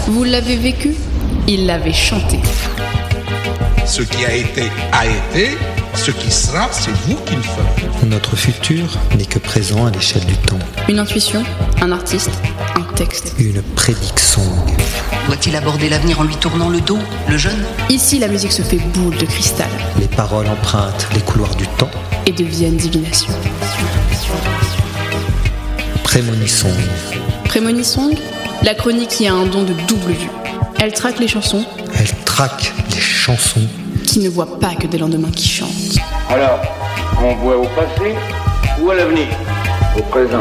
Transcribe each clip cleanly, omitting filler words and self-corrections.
Vous l'avez vécu, il l'avait chanté. Ce qui a été, ce qui sera, c'est vous qui le ferez. Notre futur n'est que présent à l'échelle du temps. Une intuition, un artiste, un texte. Une prédiction. Doit-il aborder l'avenir en lui tournant le dos, le jeune ? Ici, la musique se fait boule de cristal. Les paroles empruntent les couloirs du temps. Et deviennent divination. Prémonissons. Prémonissons, la chronique qui a un don de double vue. Elle traque les chansons. Elle traque les chansons. Qui ne voient pas que des lendemains qui chantent. Alors, on voit au passé ou à l'avenir ? Au présent.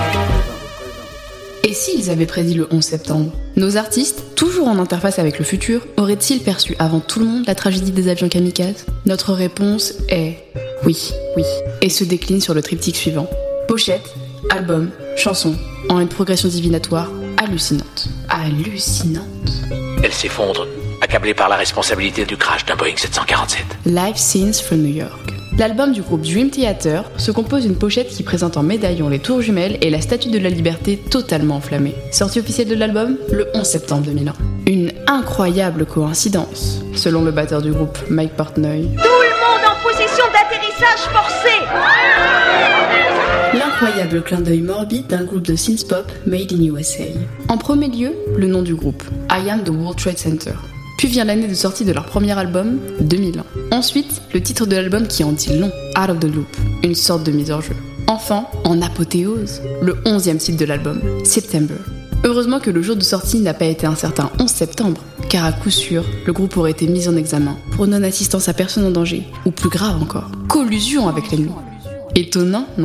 Et s'ils avaient prédit le 11 septembre ? Nos artistes, toujours en interface avec le futur, auraient-ils perçu avant tout le monde la tragédie des avions kamikazes ? Notre réponse est oui. Et se décline sur le triptyque suivant. Pochette, album, chanson, en une progression divinatoire hallucinante. Elle s'effondre, accablée par la responsabilité du crash d'un Boeing 747. Live Scenes from New York. L'album du groupe Dream Theater se compose d'une pochette qui présente en médaillon les tours jumelles et la statue de la liberté totalement enflammée. Sortie officielle de l'album, le 11 septembre 2001. Une incroyable coïncidence, selon le batteur du groupe, Mike Portnoy. Tout le monde en possession d'atterrissage forcé. L'incroyable clin d'œil morbide d'un groupe de synth-pop made in USA. En premier lieu, le nom du groupe, I Am the World Trade Center. Puis vient l'année de sortie de leur premier album, 2001. Ensuite, le titre de l'album qui en dit long, Out of the Loop, une sorte de mise hors jeu. Enfin, en apothéose, le 11e titre de l'album, September. Heureusement que le jour de sortie n'a pas été un certain 11 septembre, car à coup sûr, le groupe aurait été mis en examen pour non-assistance à personne en danger, ou plus grave encore, collusion avec l'ennemi. Étonnant, non ?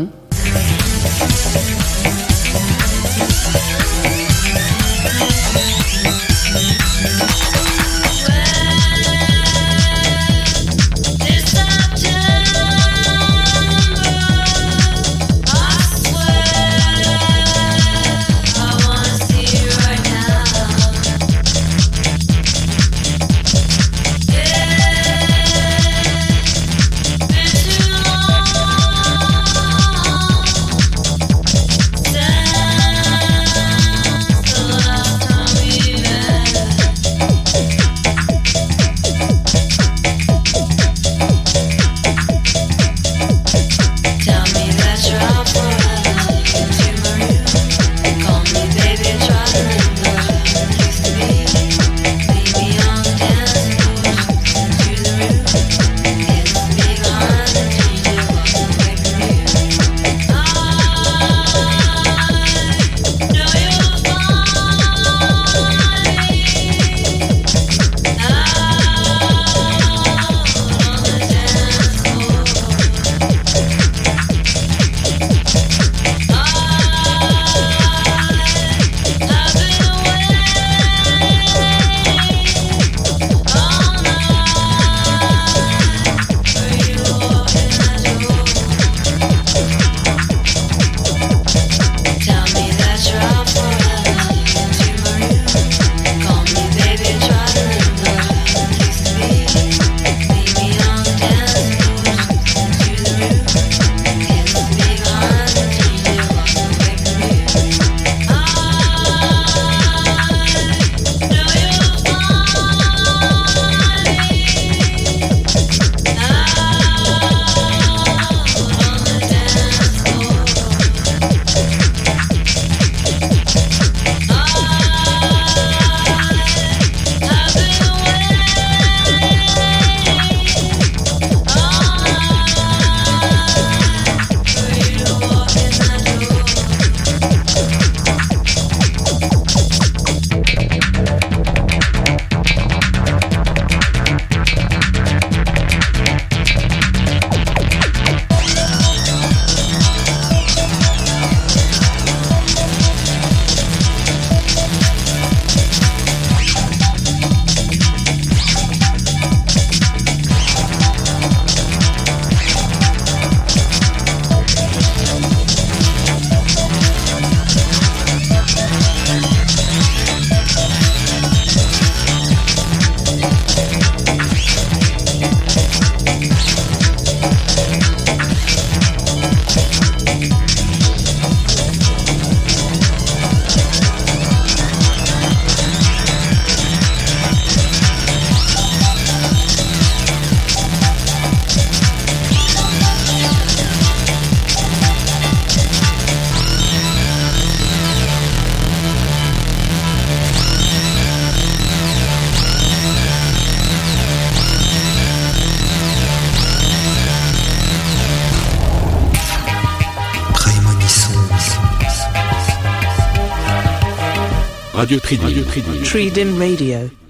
Radio Tridim. Tridim Radio.